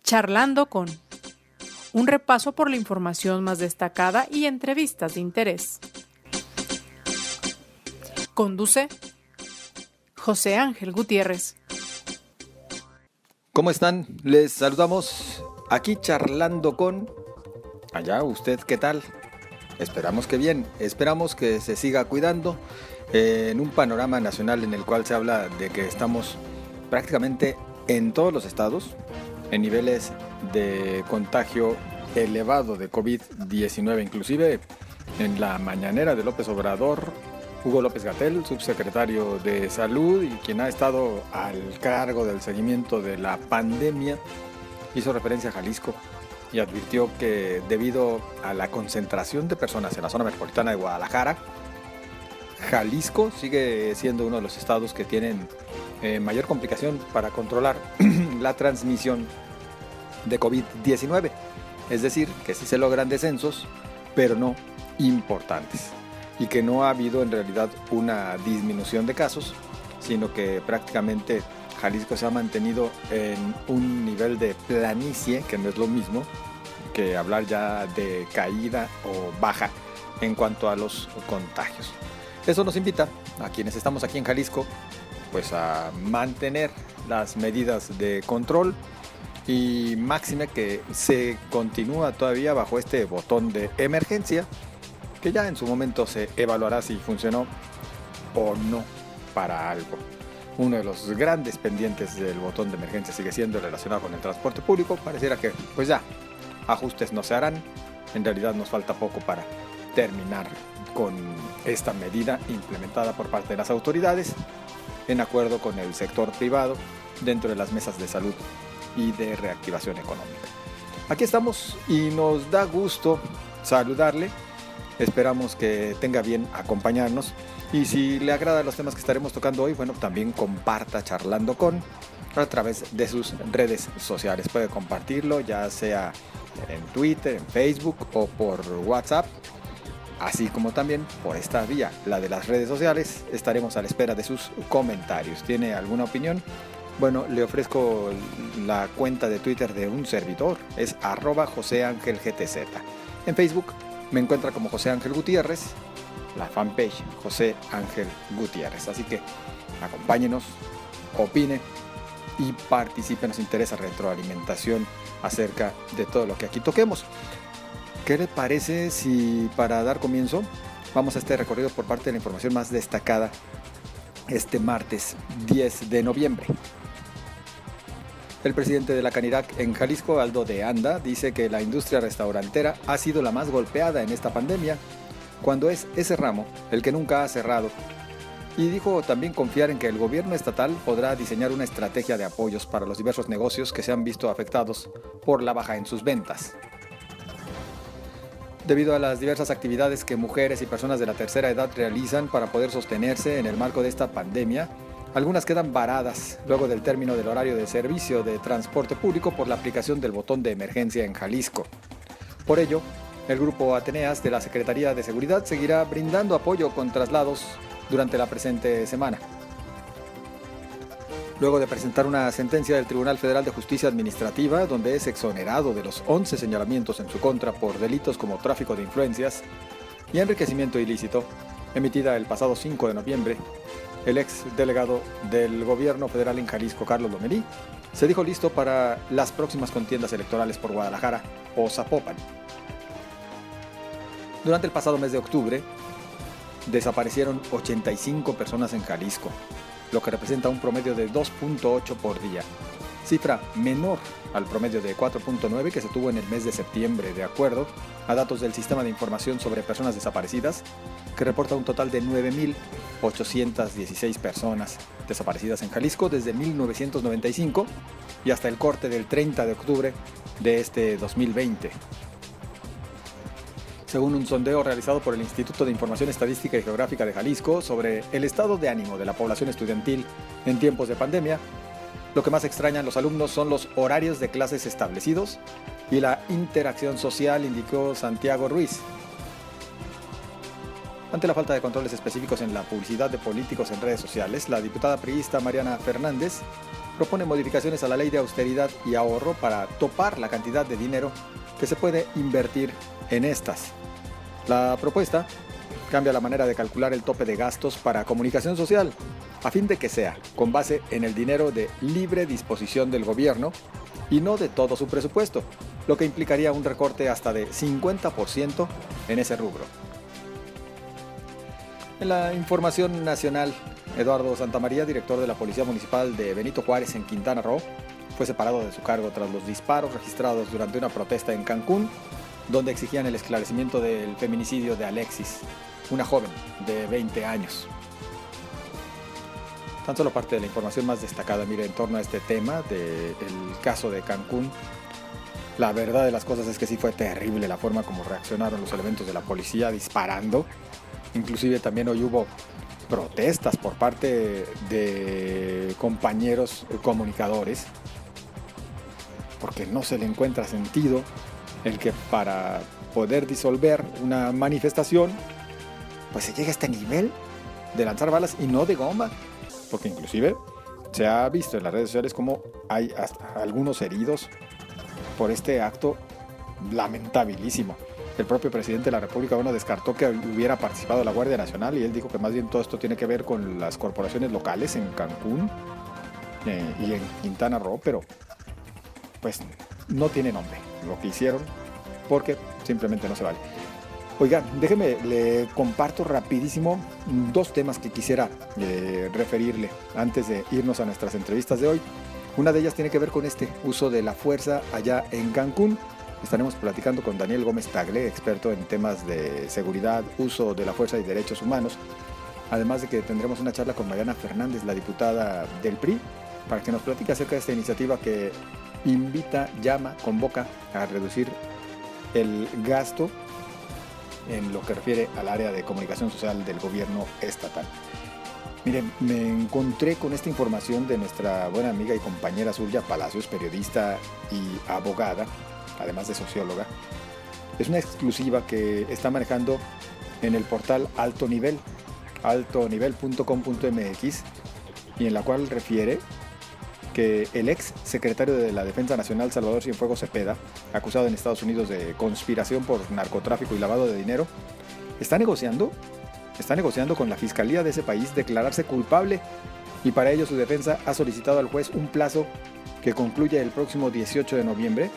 Charlando con un repaso por la información más destacada y entrevistas de interés. Conduce José Ángel Gutiérrez. ¿Cómo están? Les saludamos aquí charlando con... Allá, ¿usted qué tal? Esperamos que bien, esperamos que se siga cuidando en un panorama nacional en el cual se habla de que estamos prácticamente en todos los estados en niveles de contagio elevado de COVID-19, inclusive en la mañanera de López Obrador, Hugo López-Gatell, subsecretario de Salud y quien ha estado al cargo del seguimiento de la pandemia, hizo referencia a Jalisco y advirtió que debido a la concentración de personas en la zona metropolitana de Guadalajara, Jalisco sigue siendo uno de los estados que tienen mayor complicación para controlar la transmisión de COVID-19. Es decir, que sí se logran descensos, pero no importantes. Y que no ha habido en realidad una disminución de casos, sino que prácticamente Jalisco se ha mantenido en un nivel de planicie, que no es lo mismo que hablar ya de caída o baja en cuanto a los contagios. Eso nos invita a quienes estamos aquí en Jalisco pues a mantener las medidas de control y máxime que se continúa todavía bajo este botón de emergencia que ya en su momento se evaluará si funcionó o no para algo. Uno de los grandes pendientes del botón de emergencia sigue siendo relacionado con el transporte público. Pareciera que pues ya ajustes no se harán. En realidad nos falta poco para terminar con esta medida implementada por parte de las autoridades en acuerdo con el sector privado dentro de las mesas de salud y de reactivación económica. Aquí estamos y nos da gusto saludarle. Esperamos que tenga bien acompañarnos y si le agradan los temas que estaremos tocando hoy, bueno, también comparta charlando con a través de sus redes sociales. Puede compartirlo ya sea en Twitter, en Facebook o por WhatsApp, así como también por esta vía, la de las redes sociales. Estaremos a la espera de sus comentarios. ¿Tiene alguna opinión? Bueno, le ofrezco la cuenta de Twitter de un servidor, es @JoséAngelGTZ. En Facebook me encuentra como José Ángel Gutiérrez, la fanpage José Ángel Gutiérrez. Así que acompáñenos, opine y participe. Nos interesa retroalimentación acerca de todo lo que aquí toquemos. ¿Qué le parece si para dar comienzo vamos a este recorrido por parte de la información más destacada este martes 10 de noviembre? El presidente de la Canirac en Jalisco, Aldo de Anda, dice que la industria restaurantera ha sido la más golpeada en esta pandemia, cuando es ese ramo el que nunca ha cerrado. Y dijo también confiar en que el gobierno estatal podrá diseñar una estrategia de apoyos para los diversos negocios que se han visto afectados por la baja en sus ventas. Debido a las diversas actividades que mujeres y personas de la tercera edad realizan para poder sostenerse en el marco de esta pandemia, algunas quedan varadas luego del término del horario de servicio de transporte público por la aplicación del botón de emergencia en Jalisco. Por ello, el grupo Ateneas de la Secretaría de Seguridad seguirá brindando apoyo con traslados durante la presente semana. Luego de presentar una sentencia del Tribunal Federal de Justicia Administrativa, donde es exonerado de los 11 señalamientos en su contra por delitos como tráfico de influencias y enriquecimiento ilícito, emitida el pasado 5 de noviembre, el ex delegado del gobierno federal en Jalisco, Carlos Lomelí, se dijo listo para las próximas contiendas electorales por Guadalajara o Zapopan. Durante el pasado mes de octubre, desaparecieron 85 personas en Jalisco, lo que representa un promedio de 2.8 por día, cifra menor al promedio de 4.9 que se tuvo en el mes de septiembre, de acuerdo a datos del Sistema de Información sobre Personas Desaparecidas, que reporta un total de 9.816 personas desaparecidas en Jalisco desde 1995 y hasta el corte del 30 de octubre de este 2020. Según un sondeo realizado por el Instituto de Información Estadística y Geográfica de Jalisco sobre el estado de ánimo de la población estudiantil en tiempos de pandemia, lo que más extrañan los alumnos son los horarios de clases establecidos y la interacción social, indicó Santiago Ruiz. Ante la falta de controles específicos en la publicidad de políticos en redes sociales, la diputada priista Mariana Fernández propone modificaciones a la ley de austeridad y ahorro para topar la cantidad de dinero que se puede invertir en estas. La propuesta cambia la manera de calcular el tope de gastos para comunicación social, a fin de que sea con base en el dinero de libre disposición del gobierno y no de todo su presupuesto, lo que implicaría un recorte hasta de 50% en ese rubro. En la información nacional, Eduardo Santamaría, director de la Policía Municipal de Benito Juárez en Quintana Roo, fue separado de su cargo tras los disparos registrados durante una protesta en Cancún, donde exigían el esclarecimiento del feminicidio de Alexis, una joven de 20 años. Tan solo parte de la información más destacada, mire, en torno a este tema del caso de Cancún. La verdad de las cosas es que sí fue terrible la forma como reaccionaron los elementos de la policía disparando. Inclusive también hoy hubo protestas por parte de compañeros comunicadores, porque no se le encuentra sentido el que para poder disolver una manifestación, pues se llega a este nivel de lanzar balas y no de goma, porque inclusive se ha visto en las redes sociales como hay hasta algunos heridos por este acto lamentabilísimo. El propio presidente de la República, descartó que hubiera participado la Guardia Nacional y él dijo que más bien todo esto tiene que ver con las corporaciones locales en Cancún y en Quintana Roo, pero pues no tiene nombre lo que hicieron porque simplemente no se vale. Oigan, déjeme, le comparto rapidísimo dos temas que quisiera referirle antes de irnos a nuestras entrevistas de hoy. Una de ellas tiene que ver con este uso de la fuerza allá en Cancún. Estaremos platicando con Daniel Gómez Tagle, experto en temas de seguridad, uso de la fuerza y derechos humanos. Además de que tendremos una charla con Mariana Fernández, la diputada del PRI, para que nos platique acerca de esta iniciativa que invita, llama, convoca a reducir el gasto en lo que refiere al área de comunicación social del gobierno estatal. Miren, me encontré con esta información de nuestra buena amiga y compañera Surya Palacios, periodista y abogada, además de socióloga. Es una exclusiva que está manejando en el portal Alto Nivel, altonivel.com.mx, y en la cual refiere que el ex secretario de la Defensa Nacional, Salvador Cienfuegos Cepeda, acusado en Estados Unidos de conspiración por narcotráfico y lavado de dinero, está negociando con la Fiscalía de ese país declararse culpable, y para ello su defensa ha solicitado al juez un plazo que concluye el próximo 18 de noviembre,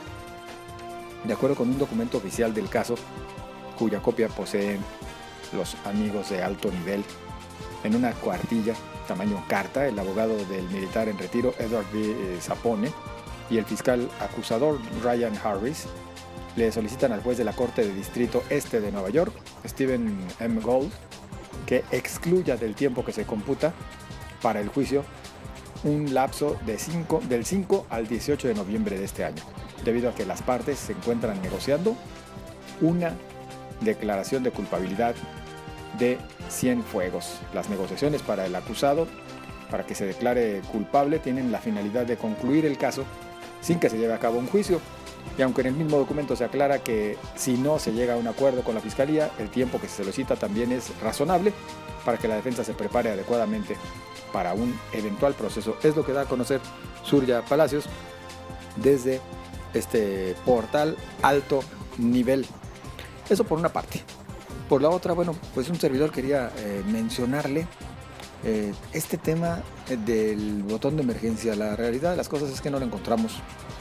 de acuerdo con un documento oficial del caso, cuya copia poseen los amigos de Alto Nivel. En una cuartilla, tamaño carta, el abogado del militar en retiro, Edward B. Sapone, y el fiscal acusador, Ryan Harris, le solicitan al juez de la Corte de Distrito Este de Nueva York, Stephen M. Gold, que excluya del tiempo que se computa para el juicio un lapso del 5 al 18 de noviembre de este año, debido a que las partes se encuentran negociando una declaración de culpabilidad de Cienfuegos. Las negociaciones para el acusado, para que se declare culpable, tienen la finalidad de concluir el caso sin que se lleve a cabo un juicio. Y aunque en el mismo documento se aclara que si no se llega a un acuerdo con la Fiscalía, el tiempo que se solicita también es razonable para que la defensa se prepare adecuadamente para un eventual proceso. Es lo que da a conocer Surya Palacios desde este portal Alto Nivel. Eso por una parte. Por la otra, pues un servidor quería mencionarle este tema del botón de emergencia. La realidad de las cosas es que no lo encontramos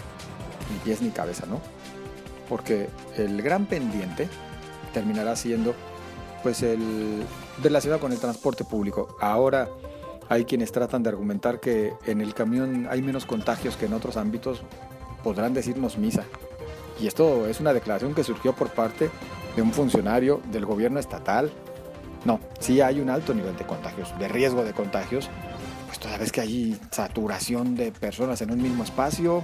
ni pies ni cabeza, ¿no? Porque el gran pendiente terminará siendo pues el relacionado con el transporte público. Ahora hay quienes tratan de argumentar que en el camión hay menos contagios que en otros ámbitos. Podrán decirnos misa. Y esto es una declaración que surgió por parte de un funcionario del gobierno estatal. No, sí hay un alto nivel de contagios, de riesgo de contagios, pues toda vez que hay saturación de personas en un mismo espacio.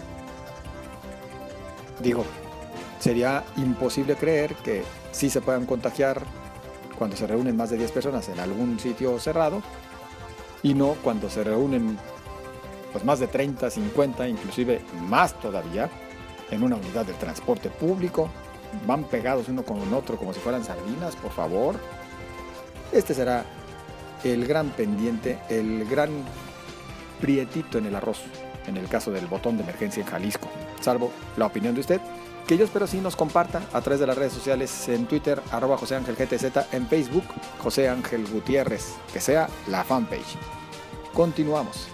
Digo, sería imposible creer que sí se puedan contagiar cuando se reúnen más de 10 personas en algún sitio cerrado y no cuando se reúnen pues más de 30, 50, inclusive más todavía en una unidad de transporte público. Van pegados uno con otro como si fueran sardinas, por favor. Este será el gran pendiente, el gran prietito en el arroz en el caso del botón de emergencia en Jalisco, salvo la opinión de usted, que yo espero sí nos comparta a través de las redes sociales, en Twitter, @JoséAngelGTZ, en Facebook, José Ángel Gutiérrez, que sea la fanpage. Continuamos.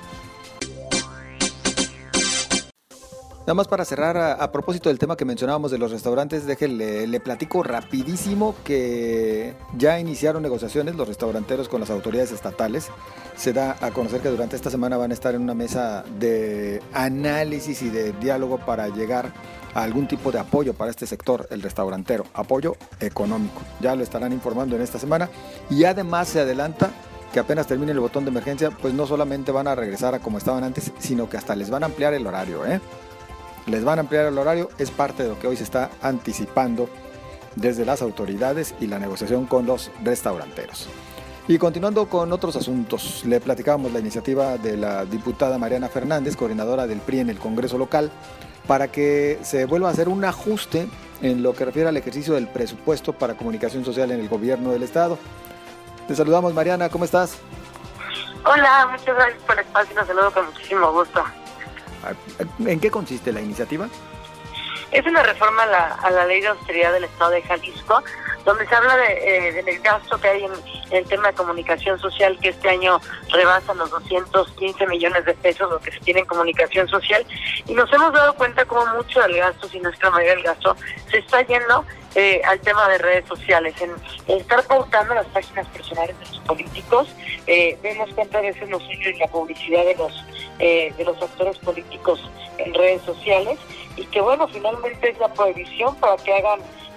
Nada más para cerrar, a propósito del tema que mencionábamos de los restaurantes, le platico rapidísimo que ya iniciaron negociaciones los restauranteros con las autoridades estatales. Se da a conocer que durante esta semana van a estar en una mesa de análisis y de diálogo para llegar a algún tipo de apoyo para este sector, el restaurantero, apoyo económico. Ya lo estarán informando en esta semana y además se adelanta que apenas termine el botón de emergencia, pues no solamente van a regresar a como estaban antes, sino que hasta les van a ampliar el horario, Les van a ampliar el horario, es parte de lo que hoy se está anticipando desde las autoridades y la negociación con los restauranteros. Y continuando con otros asuntos, le platicábamos la iniciativa de la diputada Mariana Fernández, coordinadora del PRI en el Congreso local, para que se vuelva a hacer un ajuste en lo que refiere al ejercicio del presupuesto para comunicación social en el gobierno del estado. Te saludamos, Mariana, ¿cómo estás? Hola, muchas gracias por el espacio, los saludo con muchísimo gusto. ¿En qué consiste la iniciativa? Es una reforma a la ley de austeridad del estado de Jalisco, donde se habla del gasto que hay en el tema de comunicación social, que este año rebasan los 215 millones de pesos lo que se tiene en comunicación social, y nos hemos dado cuenta como mucho del gasto, si no es que la mayoría del gasto, se está yendo al tema de redes sociales, en estar pautando las páginas personales de los políticos. Vemos cuántas veces nos oye la publicidad de los actores políticos en redes sociales, y que bueno, finalmente es la prohibición para que hagan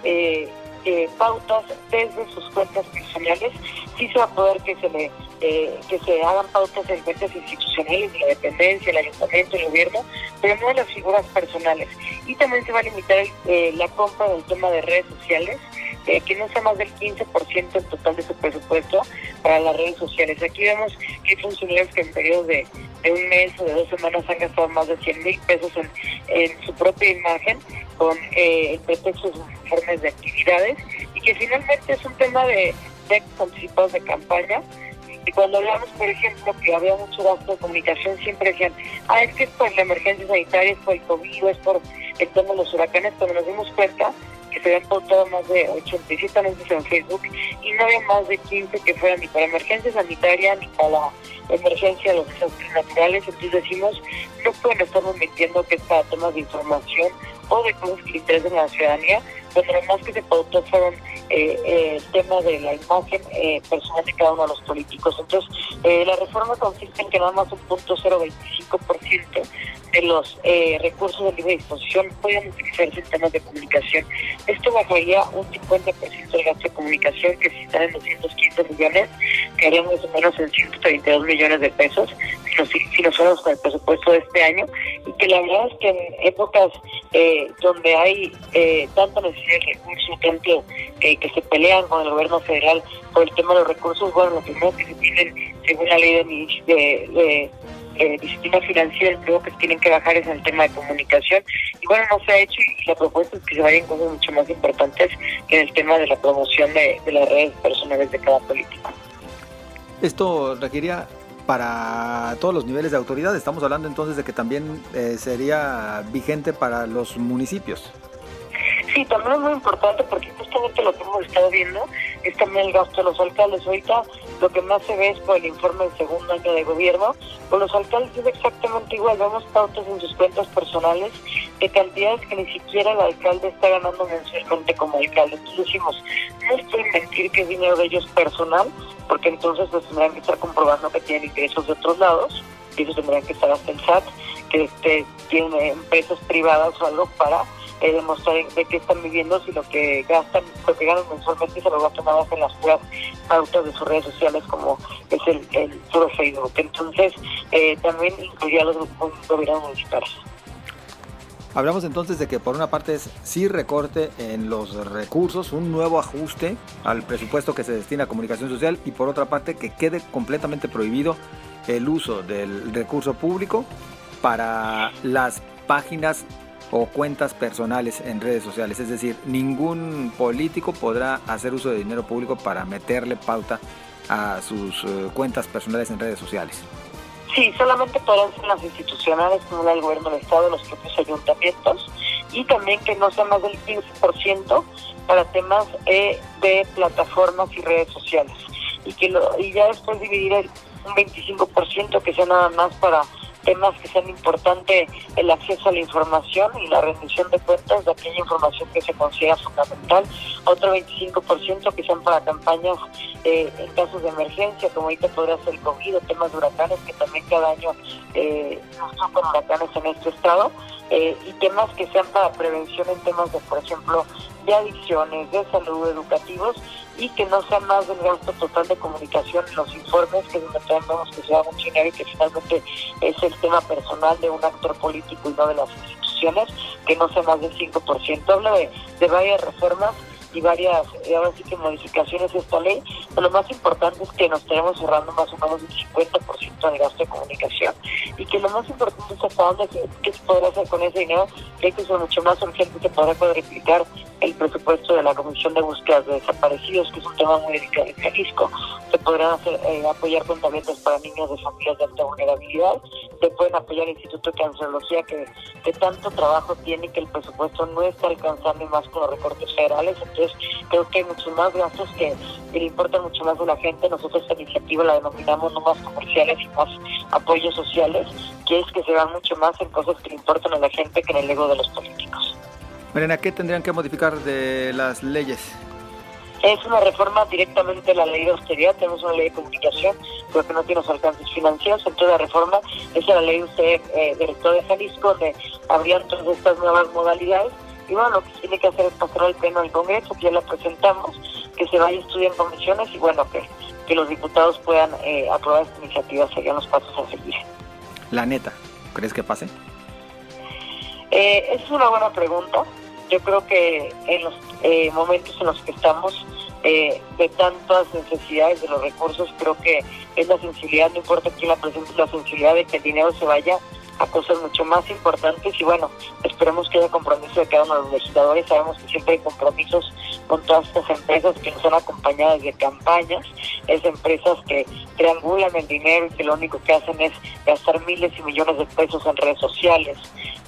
pautas desde sus cuentas personales. Sí se va a poder que se hagan pautas en cuentas institucionales de la dependencia, el ayuntamiento, el gobierno, pero no en las figuras personales. Y también se va a limitar la compra del tema de redes sociales, que no sea más del 15% en total de su presupuesto para las redes sociales. Aquí vemos que hay funcionarios que en periodos de un mes o de 2 semanas han gastado más de 100,000 pesos en su propia imagen con el pretexto de sus informes de actividades, y que finalmente es un tema de anticipados de campaña. Y cuando hablamos, por ejemplo, que había mucho gasto de comunicación, siempre decían, es que es por la emergencia sanitaria, es por el COVID, es por el tema de los huracanes. Cuando nos dimos cuenta que se habían pautado más de 87 anuncios en Facebook y no había más de 15 que fueran ni para emergencia sanitaria ni para la emergencia de los desastres naturales. Entonces decimos, no pueden estarnos mintiendo que es para temas de información o de cosas que le interesen a la ciudadanía, cuando lo más que se pautó fueron el tema de la imagen personal de cada uno de los políticos. Entonces, la reforma consiste en que nada más un 0.025% de los recursos de libre disposición pueden utilizarse en temas de comunicación. Esto bajaría un 50% del gasto de comunicación, que si están en 215 millones, quedaría más o menos en 132 millones de pesos, si nos fuéramos con el presupuesto de este año. Y que la verdad es que en épocas donde hay tanta necesidad de recursos, tanto que se pelean con el gobierno federal por el tema de los recursos, bueno, lo primero que se tienen, según la ley de disciplina financiera, creo que tienen que bajar es el tema de comunicación. Y bueno, no se ha hecho, y la propuesta es que se vayan cosas mucho más importantes que en el tema de la promoción de las redes personales de cada político. Esto requeriría para todos los niveles de autoridad. Estamos hablando entonces de que también sería vigente para los municipios. Sí, también es muy importante, porque justamente lo que hemos estado viendo es también el gasto de los alcaldes. Ahorita lo que más se ve es por el informe del segundo año de gobierno. Con los alcaldes es exactamente igual. Vemos pautas en sus cuentas personales de cantidades que ni siquiera el alcalde está ganando mensualmente como alcalde. Entonces decimos, no estoy en mentir que es dinero de ellos personal, porque entonces pues tendrán que estar comprobando que tienen ingresos de otros lados, y eso tendrán que estar hasta el SAT, que tienen empresas privadas o algo para demostrar de qué están viviendo, si lo que ganan mensualmente se lo gastan nada más en las puras pautas de sus redes sociales, como es el puro Facebook. Entonces también incluiría a los gobiernos municipales. Hablamos entonces de que por una parte es sí recorte en los recursos, un nuevo ajuste al presupuesto que se destina a comunicación social, y por otra parte que quede completamente prohibido el uso del recurso público para las páginas o cuentas personales en redes sociales. Es decir, ningún político podrá hacer uso de dinero público para meterle pauta a sus cuentas personales en redes sociales. Sí, solamente podrán ser las institucionales como el gobierno del Estado, los propios ayuntamientos, y también que no sea más del 15% para temas de plataformas y redes sociales. Y ya después dividir un 25% que sea nada más para temas que sean importantes, el acceso a la información y la rendición de cuentas de aquella información que se considera fundamental. Otro 25% que sean para campañas en casos de emergencia, como ahorita podría ser el COVID, temas de huracanes, que también cada año nos tocan huracanes en este estado, y temas que sean para prevención en temas de, por ejemplo, de adicciones, de salud, educativos, y que no sea más del gasto total de comunicación en los informes, que es donde también vemos que se da mucho dinero y que finalmente es el tema personal de un actor político y no de las instituciones, que no sea más del 5%. Habla de varias reformas y varias, ahora sí que modificaciones de esta ley, pero lo más importante es que nos tenemos ahorrando más o menos el 50% del gasto de comunicación, y que lo más importante es hasta dónde, qué se podrá hacer con ese dinero, que hay que ser mucho más urgente, se podrá cuadriplicar el presupuesto de la Comisión de Búsqueda de Desaparecidos, que es un tema muy delicado en Jalisco. Se podrán hacer, apoyar tratamientos para niños de familias de alta vulnerabilidad, se pueden apoyar el Instituto de Cancerología, que tanto trabajo tiene y que el presupuesto no está alcanzando, y más con los recortes federales. Entonces creo que hay muchos más gastos que le importan mucho más a la gente. Nosotros esta iniciativa la denominamos no más comerciales y más apoyos sociales, que es que se van mucho más en cosas que le importan a la gente que en el ego de los políticos. Mariana, ¿qué tendrían que modificar de las leyes? Es una reforma directamente de la ley de austeridad. Tenemos una ley de comunicación, pero que no tiene los alcances financieros. Entonces la reforma es la ley del Estado de Jalisco, donde habrían todas estas nuevas modalidades. Y bueno, lo que se tiene que hacer es pasar al pleno del Congreso, que ya la presentamos, que se vaya a estudiar en comisiones y bueno, que los diputados puedan aprobar esta iniciativa. Serían los pasos a seguir. La neta, ¿crees que pase? Es una buena pregunta. Yo creo que en los momentos en los que estamos, de tantas necesidades de los recursos, creo que es la sensibilidad, no importa quién la presente, la sensibilidad de que el dinero se vaya a cosas mucho más importantes. Y bueno, esperemos que haya compromiso de cada uno de los legisladores. Sabemos que siempre hay compromisos con todas estas empresas que nos han acompañado desde campañas, es empresas que triangulan el dinero y que lo único que hacen es gastar miles y millones de pesos en redes sociales,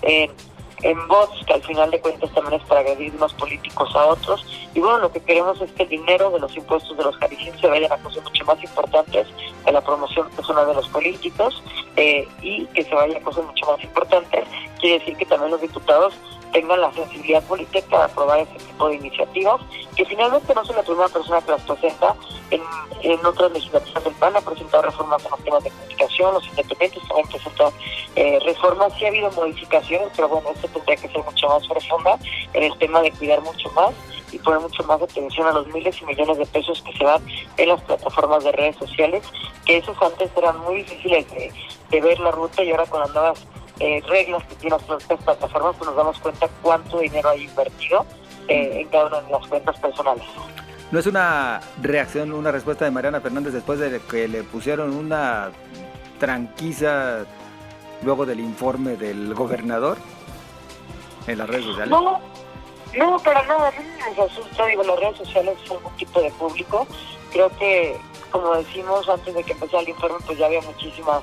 en bots, que al final de cuentas también es para agredir unos políticos a otros. Y bueno, lo que queremos es que el dinero de los impuestos de los jaliscienses se vayan a cosas mucho más importantes, a la promoción personal de los políticos, y que se vaya a cosas mucho más importantes. Quiere decir que también los diputados tengan la sensibilidad política para aprobar este tipo de iniciativas, que finalmente no soy la primera persona que las presenta. En otras legislaturas del PAN ha presentado reformas en los temas de comunicación, los independientes también presentan reformas. Sí ha habido modificaciones, pero bueno, esto tendría que ser mucho más profunda en el tema de cuidar mucho más y poner mucho más atención a los miles y millones de pesos que se van en las plataformas de redes sociales, que esos antes eran muy difíciles de ver la ruta, y ahora con las nuevas reglas que tienen las plataformas, pues nos damos cuenta cuánto dinero hay invertido en cada una de las cuentas personales. ¿No es una reacción, una respuesta de Mariana Fernández después de que le pusieron una tranquiza luego del informe del gobernador en las redes sociales? No, para nada, no nos asusta. Digo, las redes sociales son un tipo de público. Creo que, como decimos antes de que empezara el informe, pues ya había muchísimas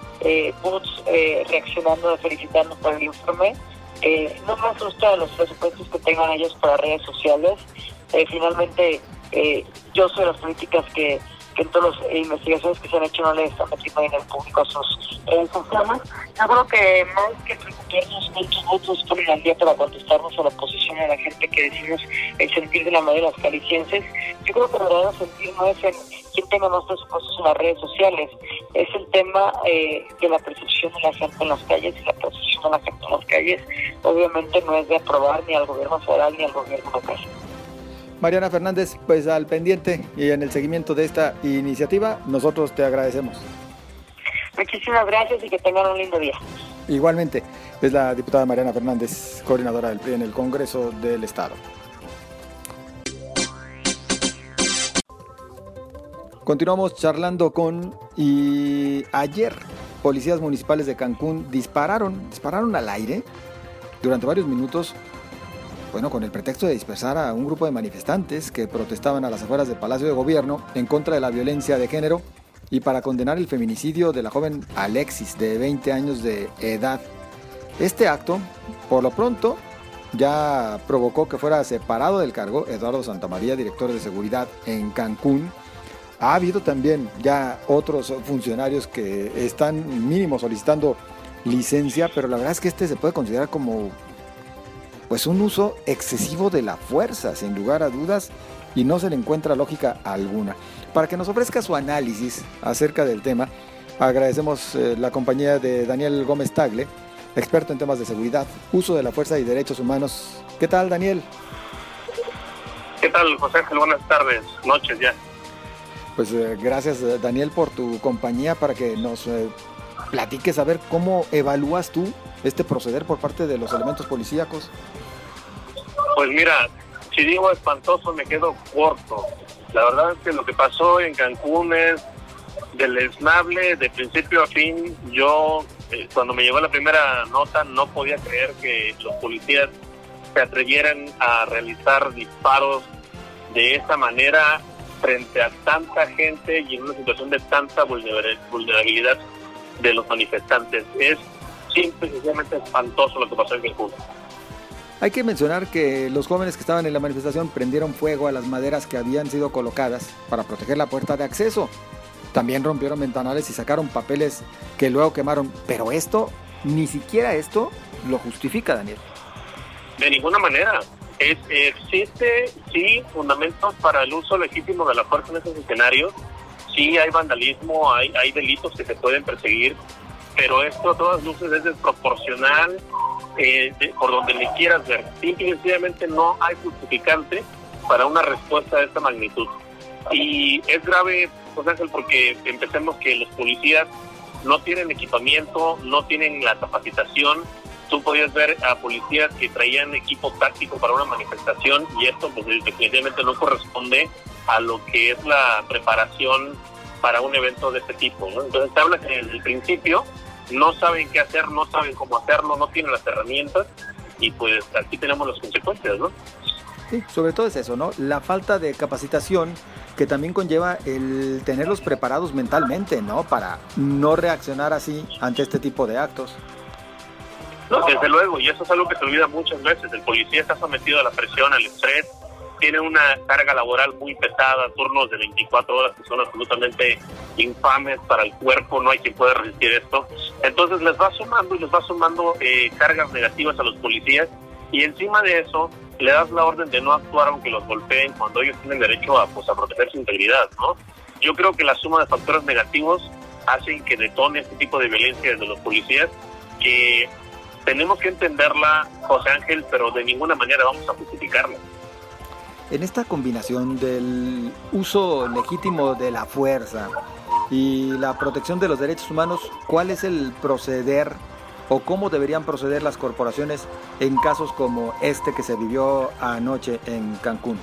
bots reaccionando, felicitando por el informe. No me asusta los presupuestos que tengan ellos para redes sociales. Finalmente, yo soy de las políticas que en todas las investigaciones que se han hecho no le están metiendo dinero público a sus redes sociales. Yo creo que más que preocuparnos cuántos votos ponen al día para contestarnos a la oposición, a la gente que decimos el sentir de la mayoría de las jaliscienses, yo creo que el verdadero sentir no es en quién tenga más presupuestos en las redes sociales, es el tema de la percepción de la gente en las calles, y la percepción de la gente en las calles obviamente no es de aprobar ni al gobierno federal ni al gobierno local. Mariana Fernández, pues al pendiente y en el seguimiento de esta iniciativa, nosotros te agradecemos. Muchísimas gracias y que tengan un lindo día. Igualmente, es la diputada Mariana Fernández, coordinadora del PRI en el Congreso del Estado. Continuamos charlando y ayer policías municipales de Cancún dispararon al aire durante varios minutos, bueno, con el pretexto de dispersar a un grupo de manifestantes que protestaban a las afueras del Palacio de Gobierno en contra de la violencia de género y para condenar el feminicidio de la joven Alexis, de 20 años de edad. Este acto, por lo pronto, ya provocó que fuera separado del cargo Eduardo Santamaría, director de seguridad en Cancún. Ha habido también ya otros funcionarios que están mínimo solicitando licencia, pero la verdad es que este se puede considerar como pues un uso excesivo de la fuerza, sin lugar a dudas, y no se le encuentra lógica alguna. Para que nos ofrezca su análisis acerca del tema, agradecemos la compañía de Daniel Gómez Tagle, experto en temas de seguridad, uso de la fuerza y derechos humanos. ¿Qué tal, Daniel? ¿Qué tal, José Ángel? Buenas tardes, noches ya. Pues gracias, Daniel, por tu compañía, para que nos platiques a ver cómo evalúas tú este proceder por parte de los elementos policíacos. Pues mira, si digo espantoso me quedo corto. La verdad es que lo que pasó en Cancún es deleznable de principio a fin. Yo, cuando me llegó la primera nota, no podía creer que los policías se atrevieran a realizar disparos de esa manera frente a tanta gente y en una situación de tanta vulnerabilidad de los manifestantes. Es simple y sencillamente espantoso lo que pasó en Cancún. Hay que mencionar que los jóvenes que estaban en la manifestación prendieron fuego a las maderas que habían sido colocadas para proteger la puerta de acceso. También rompieron ventanales y sacaron papeles que luego quemaron. Pero esto, ni siquiera esto lo justifica, Daniel. De ninguna manera. Existe, sí, fundamentos para el uso legítimo de la fuerza en esos escenarios. Sí hay vandalismo, hay delitos que se pueden perseguir, pero esto a todas luces es desproporcional por donde le quieras ver. Simple y sencillamente no hay justificante para una respuesta de esta magnitud. Y es grave, José Ángel, porque empecemos que los policías no tienen equipamiento, no tienen la capacitación. Tú podías ver a policías que traían equipo táctico para una manifestación y esto pues definitivamente no corresponde a lo que es la preparación para un evento de este tipo, ¿no? Entonces te habla que desde el principio no saben qué hacer, no saben cómo hacerlo, no tienen las herramientas y pues aquí tenemos las consecuencias, ¿no? Sí, sobre todo es eso, ¿no? La falta de capacitación que también conlleva el tenerlos preparados mentalmente, ¿no? Para no reaccionar así ante este tipo de actos. No, desde luego, y eso es algo que se olvida muchas veces. El policía está sometido a la presión, al estrés, tiene una carga laboral muy pesada, turnos de 24 horas que son absolutamente infames para el cuerpo, no hay quien pueda resistir esto. Entonces les va sumando cargas negativas a los policías y encima de eso le das la orden de no actuar aunque los golpeen cuando ellos tienen derecho a proteger su integridad, ¿no? Yo creo que la suma de factores negativos hacen que detone este tipo de violencia desde los policías, que tenemos que entenderla, José Ángel, pero de ninguna manera vamos a justificarla. En esta combinación del uso legítimo de la fuerza y la protección de los derechos humanos, ¿cuál es el proceder o cómo deberían proceder las corporaciones en casos como este que se vivió anoche en Cancún?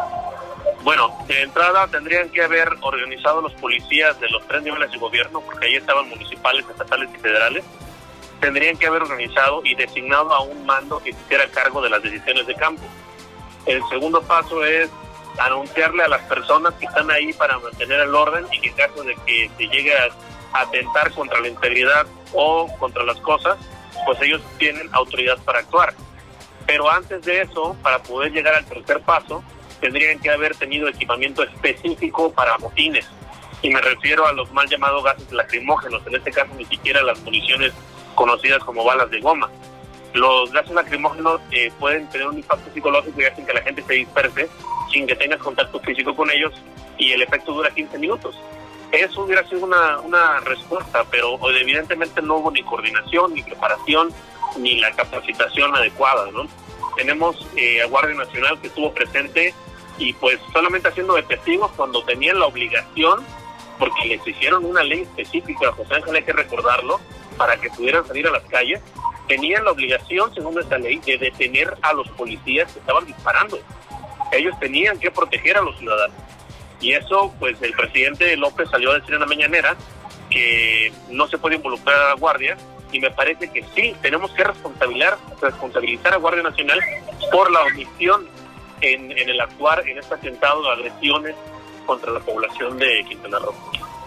Bueno, de entrada tendrían que haber organizado los policías de los 3 niveles de gobierno, porque ahí estaban municipales, estatales y federales. Tendrían que haber organizado y designado a un mando que se hiciera cargo de las decisiones de campo. El segundo paso es anunciarle a las personas que están ahí para mantener el orden y que en caso de que se llegue a atentar contra la integridad o contra las cosas, pues ellos tienen autoridad para actuar. Pero antes de eso, para poder llegar al tercer paso, tendrían que haber tenido equipamiento específico para motines. Y me refiero a los mal llamados gases lacrimógenos, en este caso ni siquiera las municiones conocidas como balas de goma. Los gases lacrimógenos pueden tener un impacto psicológico y hacen que la gente se disperse sin que tengas contacto físico con ellos y el efecto dura 15 minutos. Eso hubiera sido una respuesta, pero evidentemente no hubo ni coordinación, ni preparación, ni la capacitación adecuada, ¿no? Tenemos a Guardia Nacional que estuvo presente y pues solamente haciendo de testigos cuando tenían la obligación, porque les hicieron una ley específica, José Ángel, hay que recordarlo, para que pudieran salir a las calles, tenían la obligación, según esta ley, de detener a los policías que estaban disparando. Ellos tenían que proteger a los ciudadanos. Y eso, pues el presidente López salió a decir en la mañanera que no se puede involucrar a la Guardia, y me parece que sí, tenemos que responsabilizar a Guardia Nacional por la omisión en el actuar en este atentado de agresiones contra la población de Quintana Roo.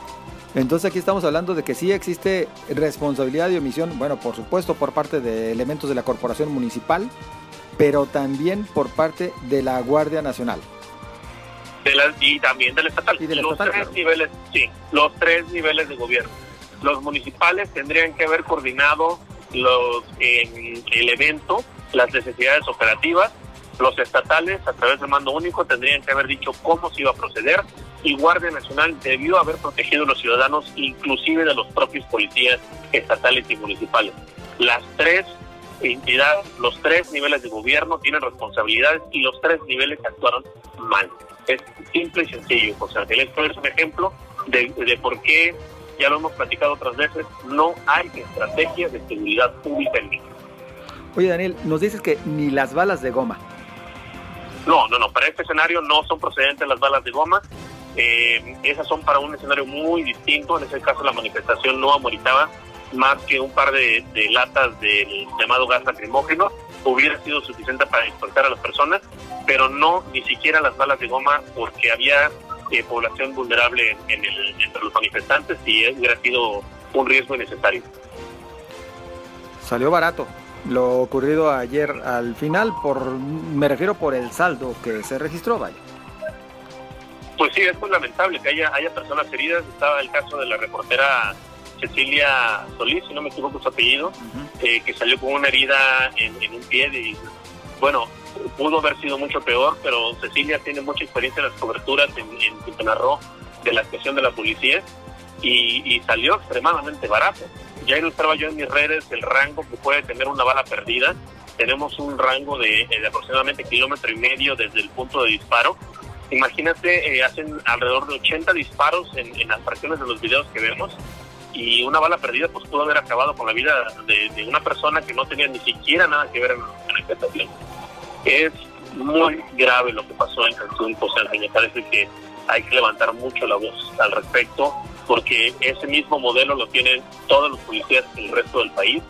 Entonces aquí estamos hablando de que sí existe responsabilidad de omisión, bueno, por supuesto por parte de elementos de la corporación municipal, pero también por parte de la Guardia Nacional. Y también del estatal. Y del estatal, tres claro. niveles, sí, los 3 niveles de gobierno. Los municipales tendrían que haber coordinado el evento, las necesidades operativas. Los estatales, a través del mando único, tendrían que haber dicho cómo se iba a proceder, y Guardia Nacional debió haber protegido a los ciudadanos, inclusive de los propios policías estatales y municipales. Las 3 entidades, los 3 niveles de gobierno tienen responsabilidades y los 3 niveles actuaron mal. Es simple y sencillo, José Ángel. Esto es un ejemplo de por qué, ya lo hemos platicado otras veces, no hay estrategia de seguridad pública en México. Oye, Daniel, nos dices que ni las balas de goma. No, para este escenario no son procedentes las balas de goma. Esas son para un escenario muy distinto. En ese caso la manifestación no ameritaba más que un par de latas del llamado gas lacrimógeno. Hubiera sido suficiente para dispersar a las personas, pero no ni siquiera las balas de goma, porque había población vulnerable entre los manifestantes y hubiera sido un riesgo innecesario. Salió barato lo ocurrido ayer al final, me refiero por el saldo que se registró, vaya. Pues sí, es muy lamentable que haya personas heridas. Estaba el caso de la reportera Cecilia Solís, si no me equivoco su apellido, que salió con una herida en un pie. Y bueno, pudo haber sido mucho peor, pero Cecilia tiene mucha experiencia en las coberturas en Quintana Roo de la actuación de la policía, y salió extremadamente barato. Ya ilustraba yo en mis redes el rango que puede tener una bala perdida. Tenemos un rango de aproximadamente 1,5 kilómetros desde el punto de disparo. Imagínate, hacen alrededor de 80 disparos en las fracciones de los videos que vemos, y una bala perdida pues pudo haber acabado con la vida de una persona que no tenía ni siquiera nada que ver en la manifestación. Es muy grave lo que pasó en Cancún, José Ángel. Me parece que hay que levantar mucho la voz al respecto, porque ese mismo modelo lo tienen todos los policías en el resto del país,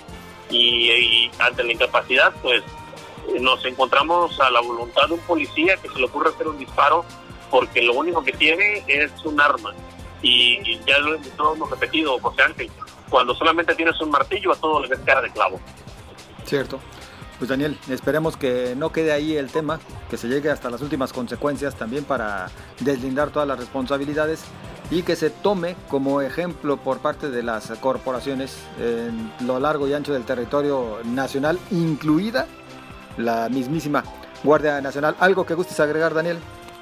y ante la incapacidad pues nos encontramos a la voluntad de un policía que se le ocurre hacer un disparo porque lo único que tiene es un arma. Y ya lo hemos repetido, José Ángel, cuando solamente tienes un martillo, a todo le ves cara de clavo. Cierto. Pues Daniel, esperemos que no quede ahí el tema, que se llegue hasta las últimas consecuencias también para deslindar todas las responsabilidades, y que se tome como ejemplo por parte de las corporaciones en lo largo y ancho del territorio nacional, incluida la mismísima Guardia Nacional. ¿Algo que gustes agregar, Daniel?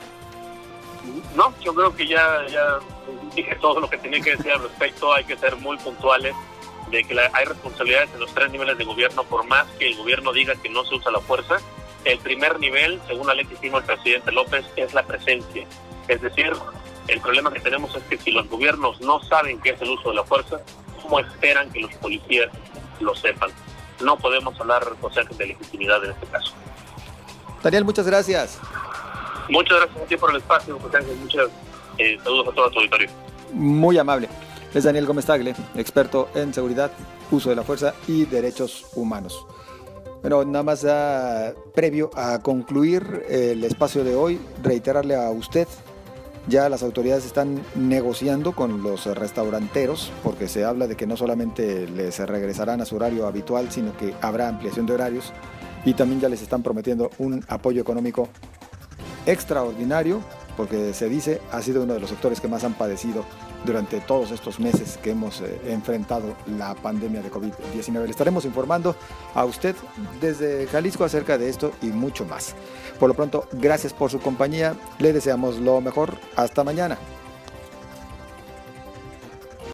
No, yo creo que ya dije todo lo que tenía que decir al respecto. Hay que ser muy puntuales de que hay responsabilidades en los 3 niveles de gobierno, por más que el gobierno diga que no se usa la fuerza. El primer nivel, según la ley que firmó el presidente López, es la presencia. Es decir, el problema que tenemos es que si los gobiernos no saben qué es el uso de la fuerza, ¿cómo esperan que los policías lo sepan? No podemos hablar, José, de legitimidad en este caso. Daniel, muchas gracias. Muchas gracias a ti por el espacio, José Ángel. Muchas saludos a todo tu auditorio. Muy amable. Es Daniel Gómez Tagle, experto en seguridad, uso de la fuerza y derechos humanos. Bueno, nada más previo a concluir el espacio de hoy, reiterarle a usted, ya las autoridades están negociando con los restauranteros, porque se habla de que no solamente les regresarán a su horario habitual, sino que habrá ampliación de horarios, y también ya les están prometiendo un apoyo económico extraordinario, porque se dice ha sido uno de los sectores que más han padecido durante todos estos meses que hemos enfrentado la pandemia de COVID-19. Le estaremos informando a usted desde Jalisco acerca de esto y mucho más. Por lo pronto, gracias por su compañía. Le deseamos lo mejor. Hasta mañana.